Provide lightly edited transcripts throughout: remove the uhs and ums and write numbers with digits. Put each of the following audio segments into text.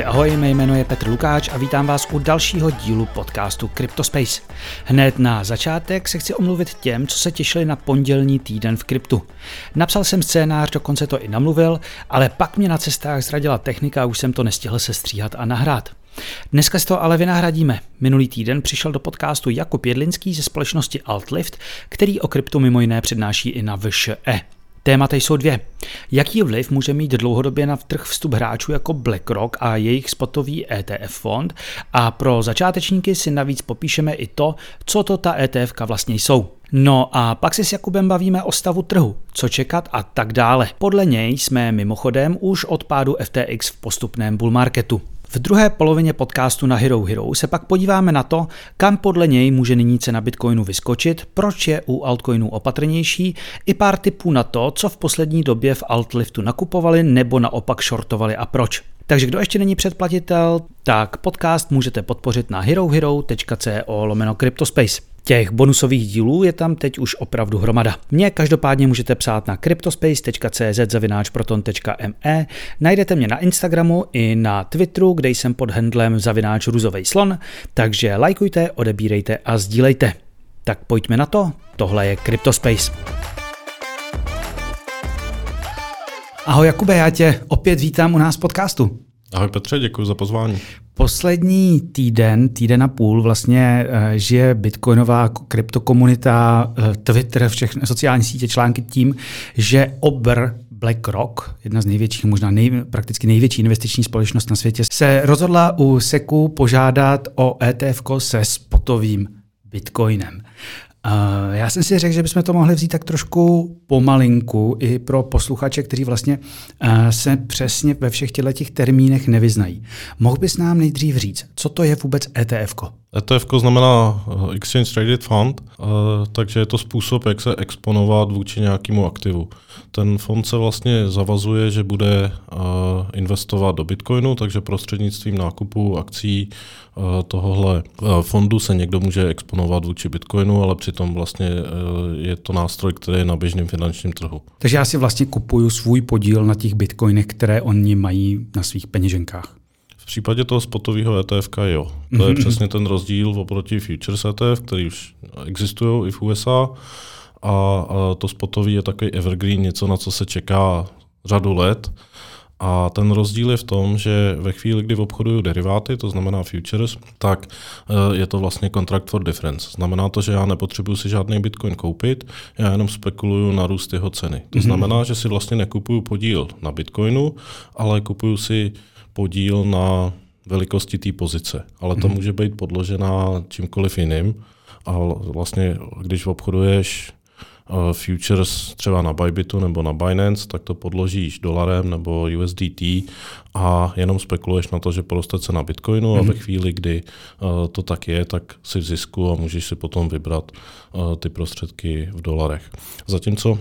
ahoj, mé jméno je Petr Lukáč a vítám vás u dalšího dílu podcastu CryptoSpace. Hned na začátek se chci omluvit těm, co se těšili na pondělní týden v kryptu. Napsal jsem scénář, dokonce to i namluvil, ale pak mě na cestách zradila technika a už jsem to nestihl sestříhat a nahrát. Dneska si to ale vynahradíme. Minulý týden přišel do podcastu Jakub Jedlinský ze společnosti Altlift, který o kryptu mimo jiné přednáší i na VŠE. Témata jsou dvě. Jaký vliv může mít dlouhodobě na trh vstup hráčů jako BlackRock a jejich spotový ETF fond? A pro začátečníky si navíc popíšeme i to, co to ta ETFka vlastně jsou. No a pak si s Jakubem bavíme o stavu trhu, co čekat a tak dále. Podle něj jsme mimochodem už od pádu FTX v postupném bull marketu. V druhé polovině podcastu na Hero Hero se pak podíváme na to, kam podle něj může nyní cena Bitcoinu vyskočit, proč je u altcoinů opatrnější, i pár tipů na to, co v poslední době v Altliftu nakupovali nebo naopak shortovali a proč. Takže kdo ještě není předplatitel, tak podcast můžete podpořit na herohero.co/CryptoSpace. Těch bonusových dílů je tam teď už opravdu hromada. Mě každopádně můžete psát na cryptospace.cz/proton.me, najdete mě na Instagramu i na Twitteru, kde jsem pod handlem @ruzovejslon, takže lajkujte, odebírejte a sdílejte. Tak pojďme na to, tohle je CryptoSpace. Ahoj Jakube, já tě opět vítám u nás v podcastu. Ahoj Petře, děkuji za pozvání. Poslední týden a půl vlastně žije bitcoinová kryptokomunita, Twitter, všechny sociální sítě, články tím, že obr BlackRock, jedna z největších, možná prakticky největší investiční společnost na světě, se rozhodla u SECu požádat o ETF se spotovým bitcoinem. Já jsem si řekl, že bychom to mohli vzít tak trošku pomalinku i pro posluchače, kteří vlastně se přesně ve všech těch termínech nevyznají. Mohl bys nám nejdřív říct, co to je vůbec ETF-ko? ETF znamená Exchange Traded Fund, takže je to způsob, jak se exponovat vůči nějakému aktivu. Ten fond se vlastně zavazuje, že bude investovat do Bitcoinu, takže prostřednictvím nákupu akcí tohohle fondu se někdo může exponovat vůči Bitcoinu, ale přitom vlastně je to nástroj, který je na běžném finančním trhu. Takže já si vlastně kupuju svůj podíl na těch Bitcoinech, které oni mají na svých peněženkách. V případě toho spotového ETF jo. To je přesně ten rozdíl oproti Futures ETF, který už existují i v USA. A to spotový je takový evergreen, něco, na co se čeká řadu let. A ten rozdíl je v tom, že ve chvíli, kdy obchoduju deriváty, to znamená futures, tak je to vlastně contract for difference. Znamená to, že já nepotřebuji si žádný bitcoin koupit, já jenom spekuluju na růst jeho ceny. To znamená, že si vlastně nekupuju podíl na bitcoinu, ale kupuju si podíl na velikosti té pozice. Ale to může být podložená čímkoliv jiným. A vlastně, když obchoduješ futures třeba na Bybitu nebo na Binance, tak to podložíš dolarem nebo USDT a jenom spekuluješ na to, že poroste cena Bitcoinu a ve chvíli, kdy to tak je, tak si v zisku a můžeš si potom vybrat ty prostředky v dolarech. Zatímco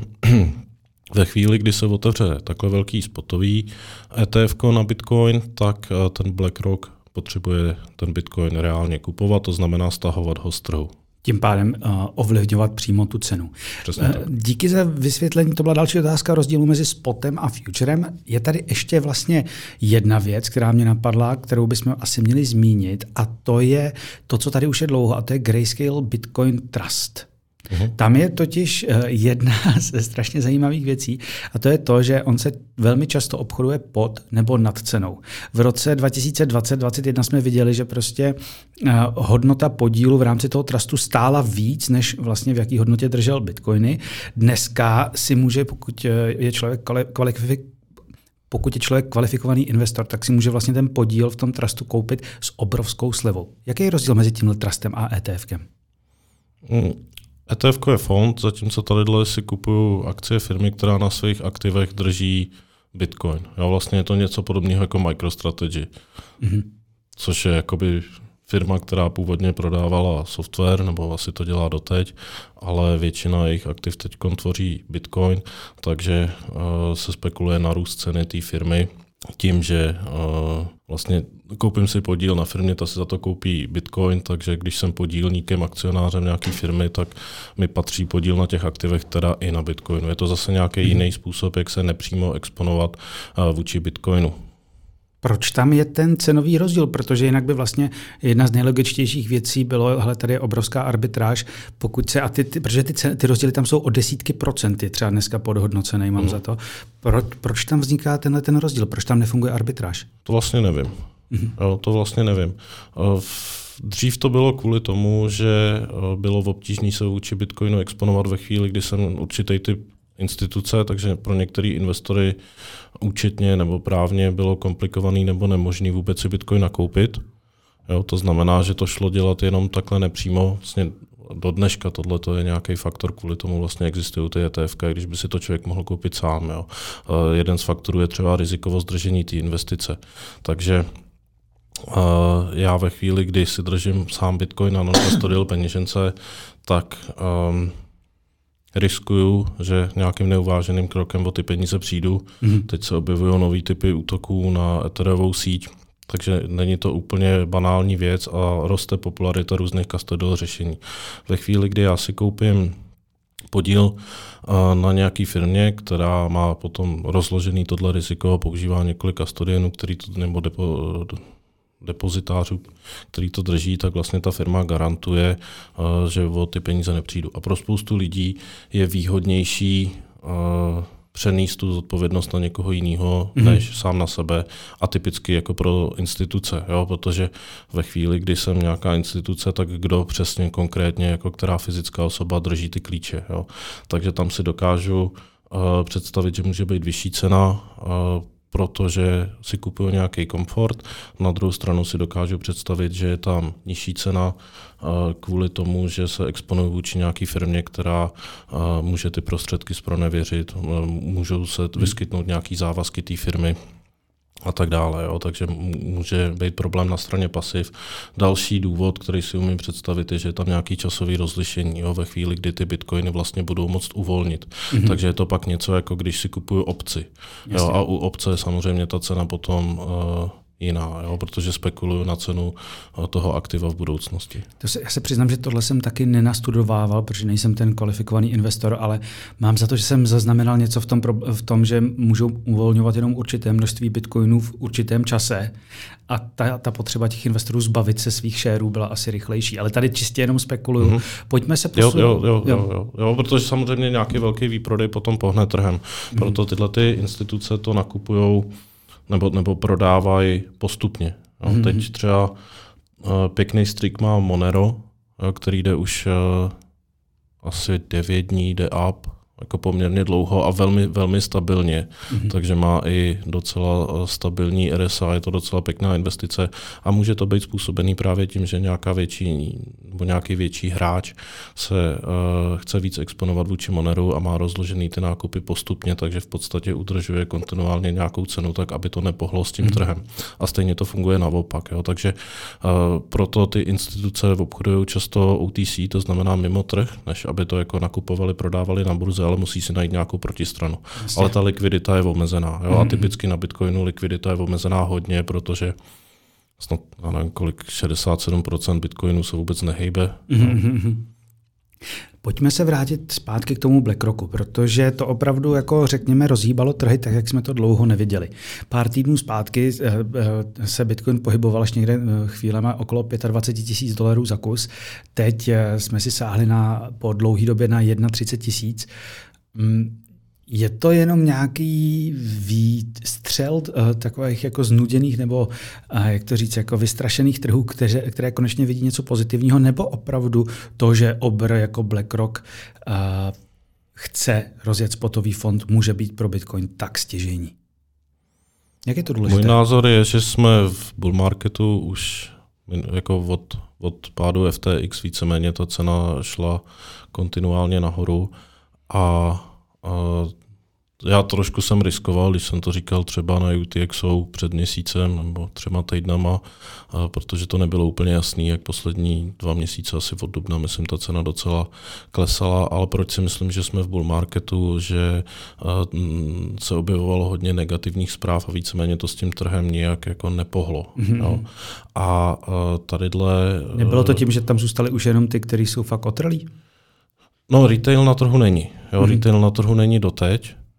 ve chvíli, kdy se otevře takhle velký spotový ETF na Bitcoin, tak ten BlackRock potřebuje ten Bitcoin reálně kupovat, to znamená stahovat ho z trhu. Tím pádem ovlivňovat přímo tu cenu. Díky za vysvětlení, to byla další otázka rozdílu mezi spotem a futurem. Je tady ještě vlastně jedna věc, která mě napadla, kterou bychom asi měli zmínit, a to je to, co tady už je dlouho, a to je Grayscale Bitcoin Trust. Tam je totiž jedna ze strašně zajímavých věcí a to je to, že on se velmi často obchoduje pod nebo nad cenou. V roce 2020-2021 jsme viděli, že prostě hodnota podílu v rámci toho trustu stála víc, než vlastně v jaký hodnotě držel bitcoiny. Dneska si může, pokud je člověk kvalifikovaný investor, tak si může vlastně ten podíl v tom trustu koupit s obrovskou slevou. Jaký je rozdíl mezi tímhle trustem a ETFkem? ETF je fond, zatímco tadyhle si kupuju akcie firmy, která na svých aktivech drží Bitcoin. Vlastně je to něco podobného jako MicroStrategy, což je jakoby firma, která původně prodávala software, nebo asi to dělá doteď, ale většina jejich aktiv teď tvoří Bitcoin, takže se spekuluje na růst ceny té firmy tím, že vlastně koupím si podíl na firmě, ta si za to koupí Bitcoin, takže když jsem podílníkem, akcionářem nějaké firmy, tak mi patří podíl na těch aktivech, teda i na Bitcoinu. Je to zase nějaký jiný způsob, jak se nepřímo exponovat vůči Bitcoinu. Proč tam je ten cenový rozdíl? Protože jinak by vlastně jedna z nejlogičtějších věcí bylo, hele, tady je obrovská arbitráž, pokud se, protože ty rozdíly tam jsou o desítky procent, je třeba dneska podhodnocený, mám za to. Proč tam vzniká ten rozdíl? Proč tam nefunguje arbitráž? To vlastně nevím. Jo, to vlastně nevím. Dřív to bylo kvůli tomu, že bylo obtížné se vůči Bitcoinu exponovat ve chvíli, kdy jsem určitý typ instituce, takže pro některé investory účetně nebo právně bylo komplikovaný nebo nemožný vůbec si Bitcoin nakoupit. Jo, to znamená, že to šlo dělat jenom takhle nepřímo. Vlastně do dneška tohle je nějaký faktor, kvůli tomu vlastně existují ty ETF, když by si to člověk mohl koupit sám. Jo. Jeden z faktorů je třeba rizikovost držení té investice. Takže já ve chvíli, kdy si držím sám Bitcoin na non-custodial peněžence, tak riskuju, že nějakým neuváženým krokem o ty peníze přijdu. Teď se objevují nový typy útoků na Ethereovou síť, takže není to úplně banální věc a roste popularita různých custodial řešení. Ve chvíli, kdy já si koupím podíl na nějaký firmě, která má potom rozložený tohle riziko, používá několik custodianů, nebo depozitářů, který to drží, tak vlastně ta firma garantuje, že o ty peníze nepřijdu. A pro spoustu lidí je výhodnější přenést tu zodpovědnost na někoho jiného, než sám na sebe, a typicky jako pro instituce, jo? Protože ve chvíli, kdy jsem nějaká instituce, tak kdo přesně konkrétně, jako která fyzická osoba drží ty klíče. Jo? Takže tam si dokážu představit, že může být vyšší cena, protože si kupuju nějaký komfort. Na druhou stranu si dokážu představit, že je tam nižší cena kvůli tomu, že se exponuju vůči nějaký firmě, která může ty prostředky zpronevěřit, můžou se vyskytnout nějaký závazky té firmy a tak dále. Jo. Takže může být problém na straně pasiv. Další důvod, který si umím představit, je, že je tam nějaký časový rozlišení, jo, ve chvíli, kdy ty bitcoiny vlastně budou moct uvolnit. Takže je to pak něco, jako když si kupuju opci. Jo, a u opce je samozřejmě ta cena potom jiná, jo, protože spekuluju na cenu toho aktiva v budoucnosti. Já se přiznám, že tohle jsem taky nenastudovával, protože nejsem ten kvalifikovaný investor, ale mám za to, že jsem zaznamenal něco v tom, že můžou uvolňovat jenom určité množství bitcoinů v určitém čase a ta potřeba těch investorů zbavit se svých šérů byla asi rychlejší. Ale tady čistě jenom spekuluju. Pojďme se posunout. Jo, protože samozřejmě nějaký velký výprodej potom pohne trhem. Proto tyhle ty instituce to nakupujou nebo prodávají postupně. Jo. Teď třeba pěkný streak má Monero, který jde už asi 9 dní, jde up, jako poměrně dlouho a velmi, velmi stabilně. Takže má i docela stabilní RSI, je to docela pěkná investice a může to být způsobený právě tím, že nějaký větší hráč se chce víc exponovat vůči Moneru a má rozložený ty nákupy postupně, takže v podstatě udržuje kontinuálně nějakou cenu tak, aby to nepohlo s tím trhem. A stejně to funguje naopak. Jo. Takže proto ty instituce obchodují často OTC, to znamená mimo trh, než aby to jako nakupovali, prodávali na burze, ale musí si najít nějakou protistranu. Jasně. Ale ta likvidita je omezená. Jo? A typicky na Bitcoinu likvidita je omezená hodně, protože snad, nevím, 67% Bitcoinu se vůbec nehejbe. Pojďme se vrátit zpátky k tomu BlackRocku, protože to opravdu, jako řekněme, rozhýbalo trhy tak, jak jsme to dlouho neviděli. Pár týdnů zpátky se Bitcoin pohyboval až někde chvílema okolo $25,000 za kus. Teď jsme si sáhli po dlouhé době na 31 000. Je to jenom nějaký výstřel takových jako znuděných nebo, jak to říct, jako vystrašených trhů, které konečně vidí něco pozitivního, nebo opravdu to, že obr jako BlackRock chce rozjet spotový fond, může být pro Bitcoin tak stěžejní? Jak je to důležité? Můj názor je, že jsme v bull marketu už jako od pádu FTX víceméně ta cena šla kontinuálně nahoru a já trošku jsem riskoval, když jsem to říkal třeba na UTXO před měsícem nebo 3 týdnama, protože to nebylo úplně jasný, jak poslední 2 měsíce asi od dubna, myslím, ta cena docela klesala, ale proč si myslím, že jsme v bull marketu, že se objevovalo hodně negativních zpráv a víceméně to s tím trhem nijak jako nepohlo. Jo. A tadyhle... Nebylo to tím, že tam zůstali už jenom ty, kteří jsou fakt otrlí? No, retail na trhu není. Jo, retail na trhu není doteď.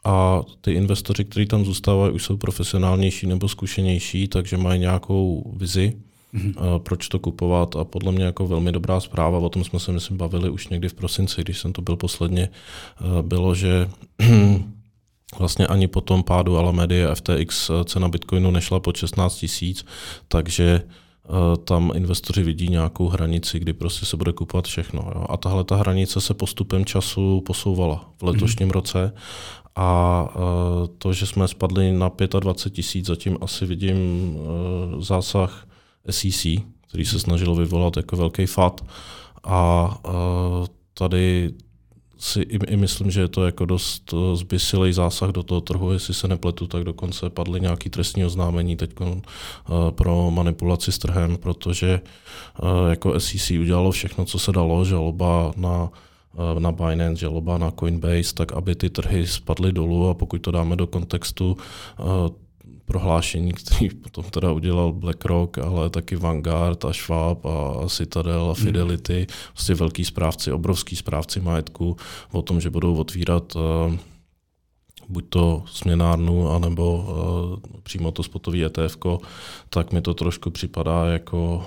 a ty investoři, kteří tam zůstávají, už jsou profesionálnější nebo zkušenější, takže mají nějakou vizi, proč to kupovat a podle mě jako velmi dobrá zpráva, o tom jsme se myslím bavili už někdy v prosinci, když jsem to byl posledně, bylo, že vlastně ani po tom pádu Alamedy a FTX cena Bitcoinu nešla pod 16 000, takže tam investoři vidí nějakou hranici, kdy prostě se bude kupovat všechno. Jo. A tahle ta hranice se postupem času posouvala v letošním roce a to, že jsme spadli na 25 000, zatím asi vidím zásah SEC, který se snažilo vyvolat jako velký FAT a tady si i myslím, že je to jako dost zběsilej zásah do toho trhu, jestli se nepletu, tak dokonce padly nějaké trestní oznámení teď pro manipulaci s trhem, protože jako SEC udělalo všechno, co se dalo, žaloba na Binance, žaloba na Coinbase, tak aby ty trhy spadly dolů a pokud to dáme do kontextu prohlášení, který potom teda udělal BlackRock, ale taky Vanguard a Schwab a Citadel a Fidelity, prostě velký správci, obrovský správci majetku o tom, že budou otvírat buď to směnárnu, anebo přímo to spotový ETF-ko, tak mi to trošku připadá jako,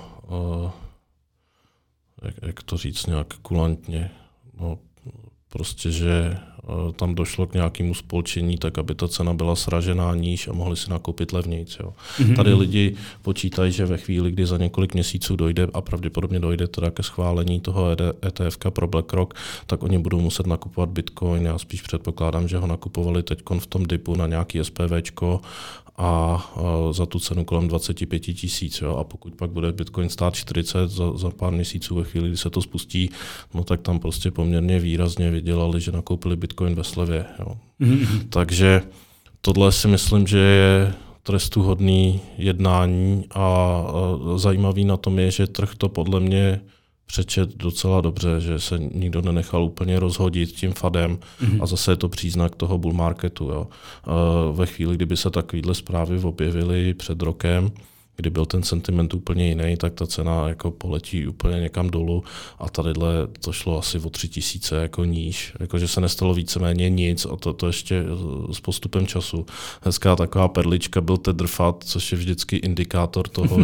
jak to říct nějak kulantně, no, prostě, že tam došlo k nějakému spolčení, tak aby ta cena byla sražená níž a mohli si nakoupit levnějc. Jo. Tady lidi počítají, že ve chvíli, kdy za několik měsíců dojde a pravděpodobně dojde teda ke schválení toho ETF-ka pro BlackRock, tak oni budou muset nakupovat Bitcoin. Já spíš předpokládám, že ho nakupovali teď v tom dipu na nějaký SPVčko a za tu cenu kolem 25 000. A pokud pak bude Bitcoin stát 40 za pár měsíců ve chvíli, kdy se to spustí, no tak tam prostě poměrně výrazně vydělali, že nakoupili Bitcoin ve slevě. Jo. Takže tohle si myslím, že je trestuhodný jednání a zajímavý na tom je, že trh to podle mě přečet docela dobře, že se nikdo nenechal úplně rozhodit tím FADem a zase je to příznak toho bull marketu. Jo. Ve chvíli, kdyby se takovýhle zprávy objevily před rokem, kdy byl ten sentiment úplně jiný, tak ta cena jako poletí úplně někam dolů a tadyhle to šlo asi o 3 000 jako níž, jakože se nestalo víceméně nic a to ještě s postupem času. Hezká taková perlička byl Tether FAT, což je vždycky indikátor toho,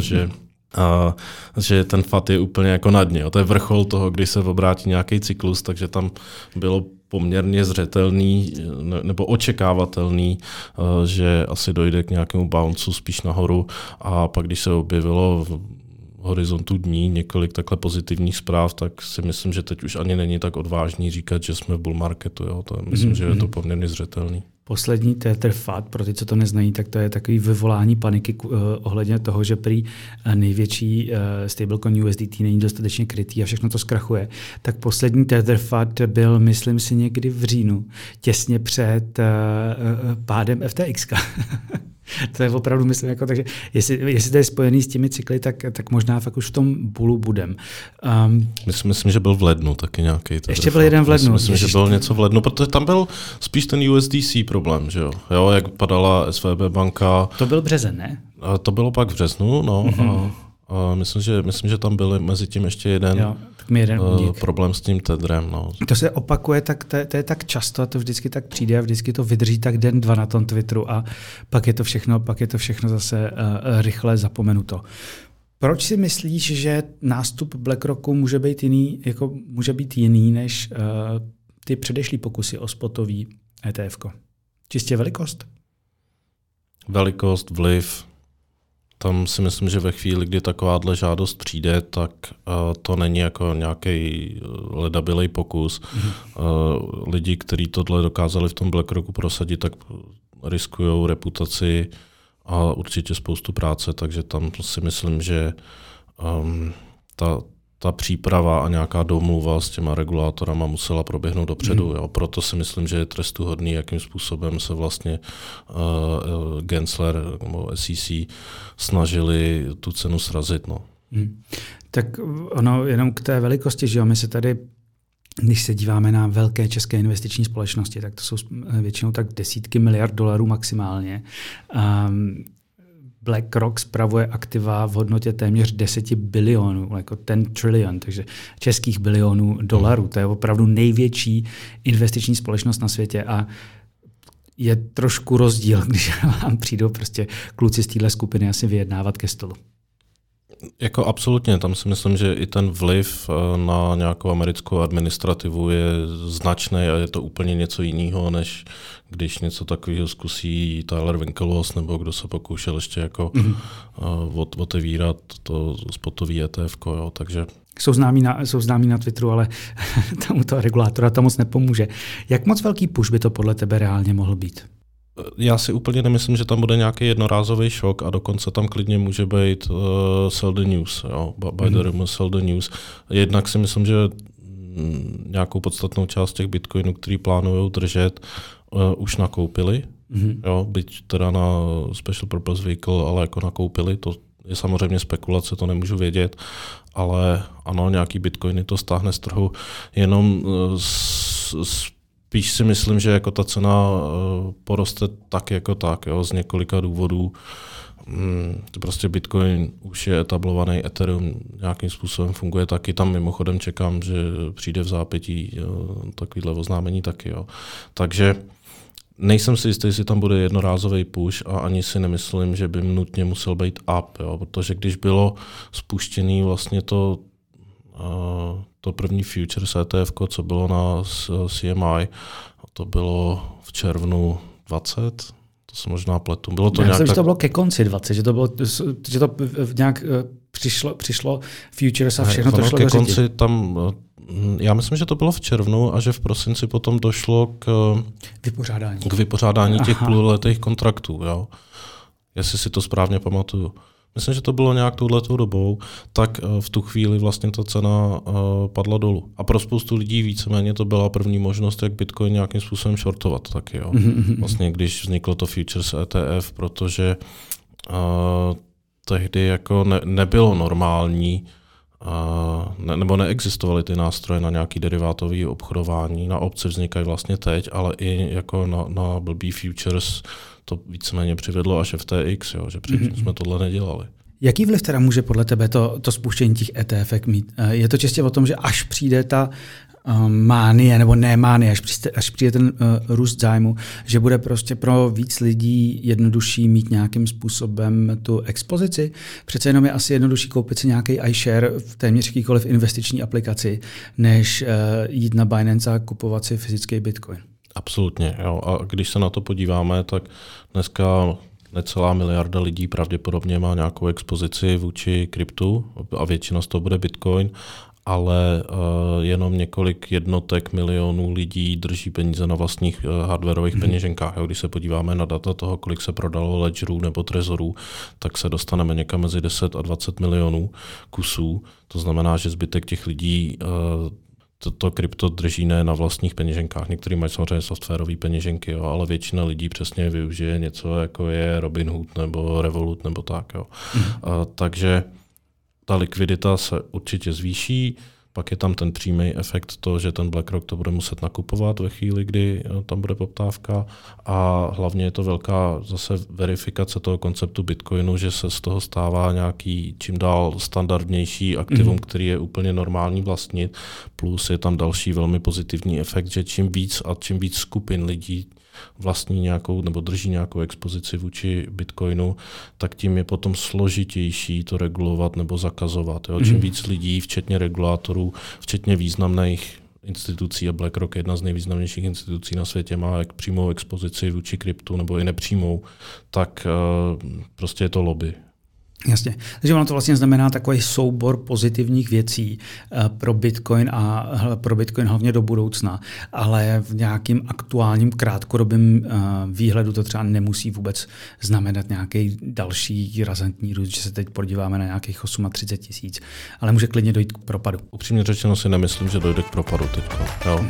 že ten FAT je úplně jako na dně. To je vrchol toho, kdy se obrátí nějaký cyklus, takže tam bylo poměrně zřetelný nebo očekávatelný, že asi dojde k nějakému bouncu spíš nahoru a pak, když se objevilo v horizontu dní několik takhle pozitivních zpráv, tak si myslím, že teď už ani není tak odvážný říkat, že jsme v bull marketu. Jo. To myslím, že je to poměrně zřetelný. Poslední Tether FAT, pro ty, co to neznají, tak to je takový vyvolání paniky ohledně toho, že prý největší stablecoin USDT není dostatečně krytý a všechno to zkrachuje. Tak poslední Tether FAT byl, myslím si, někdy v říjnu, těsně před pádem FTX. To je opravdu, myslím, jako, takže jestli to je spojený s těmi cykly, tak možná fakt už v tom bullu budem. Myslím, že byl v lednu taky nějaký. Ještě byl jeden v lednu. Myslím, že byl něco v lednu, protože tam byl spíš ten USDC problém, že jo, jak padala SVB banka. To byl březen, ne? A to bylo pak v březnu, no. A myslím, že tam byl mezi tím ještě jeden problém s tím Tetherem. No. To se opakuje, tak to je tak často a to vždycky tak přijde a vždycky to vydrží tak den, dva na tom Twitteru a pak je to všechno zase rychle zapomenuto. Proč si myslíš, že nástup BlackRocku může být jiný než ty předešlý pokusy o spotový ETF-ko? Čistě velikost? Velikost, vliv. Tam si myslím, že ve chvíli, kdy takováhle žádost přijde, tak to není jako nějaký ledabilej pokus. Lidi, kteří tohle dokázali v tom BlackRocku prosadit, tak riskují reputaci a určitě spoustu práce, takže tam si myslím, že ta příprava a nějaká domluva s těma regulátorama musela proběhnout dopředu. Jo. Proto si myslím, že je trestuhodný, jakým způsobem se vlastně Gensler nebo SEC snažili tu cenu srazit. No. Tak ono jenom k té velikosti, že jo, my se tady, když se díváme na velké české investiční společnosti, tak to jsou většinou tak desítky miliard dolarů maximálně. BlackRock spravuje aktiva v hodnotě téměř 10 bilionů, jako 10 trillion, takže českých bilionů dolarů. To je opravdu největší investiční společnost na světě a je trošku rozdíl, když vám přijdou prostě kluci z téhle skupiny asi vyjednávat ke stolu. Jako absolutně, tam si myslím, že i ten vliv na nějakou americkou administrativu je značný a je to úplně něco jiného, než když něco takového zkusí Tyler Winklevoss nebo kdo se pokoušel ještě jako otevírat to spotový ETF, jo, takže Jsou známí na Twitteru, ale tomu toho regulátora to moc nepomůže. Jak moc velký push by to podle tebe reálně mohl být? Já si úplně nemyslím, že tam bude nějaký jednorázový šok a dokonce tam klidně může být sell the news, jo, buy the rumor, sell the news. Jednak si myslím, že nějakou podstatnou část těch bitcoinů, který plánují držet, už nakoupili, jo, byť teda na special purpose vehicle, ale jako nakoupili, to je samozřejmě spekulace, to nemůžu vědět, ale ano, nějaký bitcoiny to stáhne z trhu, jenom spíš si myslím, že jako ta cena poroste tak jako tak, jo, z několika důvodů. Prostě Bitcoin už je etablovaný, Ethereum nějakým způsobem funguje taky. Tam mimochodem čekám, že přijde v zápětí takovýhle oznámení taky. Jo. Takže nejsem si jistý, jestli tam bude jednorázový push a ani si nemyslím, že by nutně musel být up, jo, protože když bylo spuštěný vlastně to první futures ETF, co bylo na CMI, to bylo v červnu 20, to se možná pletu. Bylo to že to bylo ke konci 20, že to nějak přišlo futures a všechno to šlo ke konci tam, já myslím, že to bylo v červnu a že v prosinci potom došlo k vypořádání těch půlletých kontraktů. Jo. Jestli si to správně pamatuju. Myslím, že to bylo nějak touhletou dobou, tak v tu chvíli vlastně ta cena padla dolů. A pro spoustu lidí víceméně to byla první možnost, jak Bitcoin nějakým způsobem shortovat taky. Jo. Vlastně když vzniklo to Futures ETF, protože tehdy jako nebylo normální, nebo neexistovaly ty nástroje na nějaký derivátové obchodování. Na opce vznikají vlastně teď, ale i jako na blbý futures to víceméně přivedlo až FTX, jo, že předtím jsme tohle nedělali. Jaký vliv teda může podle tebe to spuštění těch ETF mít? Je to čistě o tom, že až přijde ta mánie, nebo ne mánie, až přijde ten růst zájmu, že bude prostě pro víc lidí jednodušší mít nějakým způsobem tu expozici? Přece jenom je asi jednodušší koupit si nějaký iShare v téměř jakýkoliv investiční aplikaci, než jít na Binance a kupovat si fyzický Bitcoin. Absolutně. Jo. A když se na to podíváme, tak dneska necelá miliarda lidí pravděpodobně má nějakou expozici vůči kryptu a většina z toho bude Bitcoin, ale jenom několik jednotek milionů lidí drží peníze na vlastních hardwarových peněženkách. Jo. Když se podíváme na data toho, kolik se prodalo ledgerů nebo trezorů, tak se dostaneme někam mezi 10 a 20 milionů kusů. To znamená, že zbytek těch lidí to krypto drží ne na vlastních peněženkách. Někteří mají samozřejmě softwarové peněženky, jo, ale většina lidí přesně využije něco, jako je Robinhood nebo Revolut nebo tak. Jo. Takže ta likvidita se určitě zvýší, pak je tam ten přímý efekt to, že ten BlackRock to bude muset nakupovat ve chvíli, kdy tam bude poptávka a hlavně je to velká zase verifikace toho konceptu Bitcoinu, že se z toho stává nějaký čím dál standardnější aktivum, který je úplně normální vlastnit, plus je tam další velmi pozitivní efekt, že čím víc skupin lidí vlastní nějakou nebo drží nějakou expozici vůči Bitcoinu, tak tím je potom složitější to regulovat nebo zakazovat. Jo? Čím víc lidí, včetně regulátorů, včetně významných institucí, a BlackRock je jedna z nejvýznamnějších institucí na světě, má jak přímou expozici vůči kryptu nebo i nepřímou, tak prostě je to lobby. Jasně. Takže ono to vlastně znamená takový soubor pozitivních věcí pro Bitcoin a pro Bitcoin hlavně do budoucna, ale v nějakým aktuálním krátkodobém výhledu to třeba nemusí vůbec znamenat nějaký další razantní růst, že se teď podíváme na nějakých 38 000, ale může klidně dojít k propadu. Upřímně řečeno si nemyslím, že dojde k propadu teďko. Jo.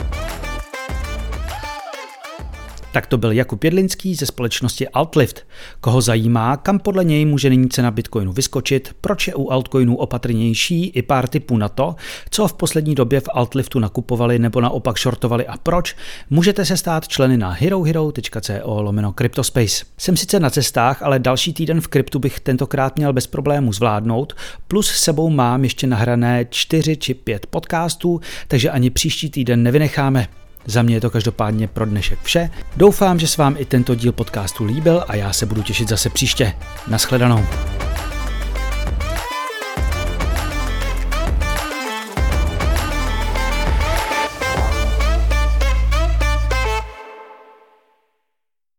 Tak to byl Jakub Jedlinský ze společnosti Altlift. Koho zajímá, kam podle něj může nyní cena Bitcoinu vyskočit, proč je u altcoinů opatrnější, i pár tipů na to, co v poslední době v Altliftu nakupovali nebo naopak shortovali a proč, můžete se stát členy na herohero.co/cryptospace. Jsem sice na cestách, ale další týden v kryptu bych tentokrát měl bez problému zvládnout, plus s sebou mám ještě nahrané 4 či 5 podcastů, takže ani příští týden nevynecháme. Za mě je to každopádně pro dnešek vše. Doufám, že se vám i tento díl podcastu líbil a já se budu těšit zase příště. Naschledanou.